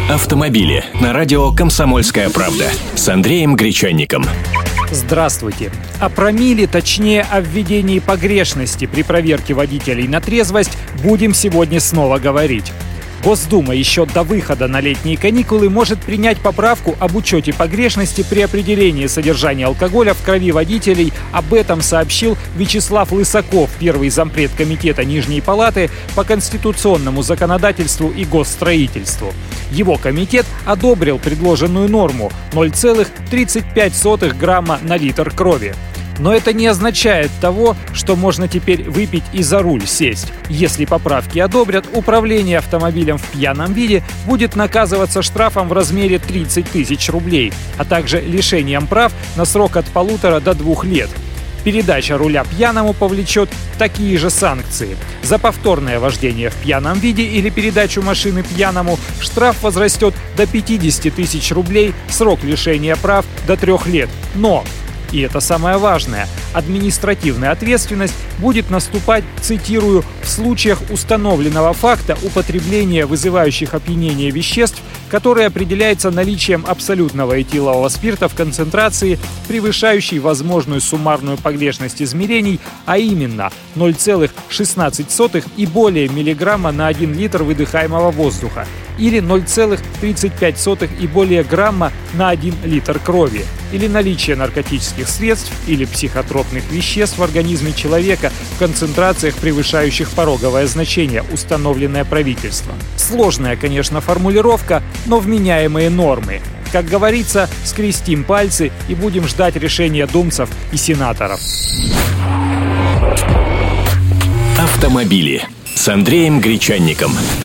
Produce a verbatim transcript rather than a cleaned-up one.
Автомобили на радио «Комсомольская правда» с Андреем Гречанником. Здравствуйте. О промилле, точнее о введении погрешности при проверке водителей на трезвость будем сегодня снова говорить. Госдума еще до выхода на летние каникулы может принять поправку об учете погрешности при определении содержания алкоголя в крови водителей. Об этом сообщил Вячеслав Лысаков, первый зампред комитета Нижней палаты по конституционному законодательству и госстроительству. Его комитет одобрил предложенную норму – ноль целых тридцать пять сотых грамма на литр крови. Но это не означает того, что можно теперь выпить и за руль сесть. Если поправки одобрят, управление автомобилем в пьяном виде будет наказываться штрафом в размере тридцать тысяч рублей, а также лишением прав на срок от полутора до двух лет. Передача руля пьяному повлечет такие же санкции. За повторное вождение в пьяном виде или передачу машины пьяному штраф возрастет до пятидесяти тысяч рублей, срок лишения прав до трех лет. Но... И это самое важное. Административная ответственность будет наступать, цитирую, в случаях установленного факта употребления вызывающих опьянение веществ, которое определяется наличием абсолютного этилового спирта в концентрации, превышающей возможную суммарную погрешность измерений, а именно ноль целых шестнадцать сотых и более миллиграмма на один литр выдыхаемого воздуха, или ноль целых тридцать пять сотых и более грамма на один литр крови, или наличие наркотических средств или психотропных веществ в организме человека в концентрациях, превышающих пороговое значение, установленное правительством. Сложная, конечно, формулировка, но вменяемые нормы. Как говорится, скрестим пальцы и будем ждать решения думцев и сенаторов. Автомобили с Андреем Гречанником.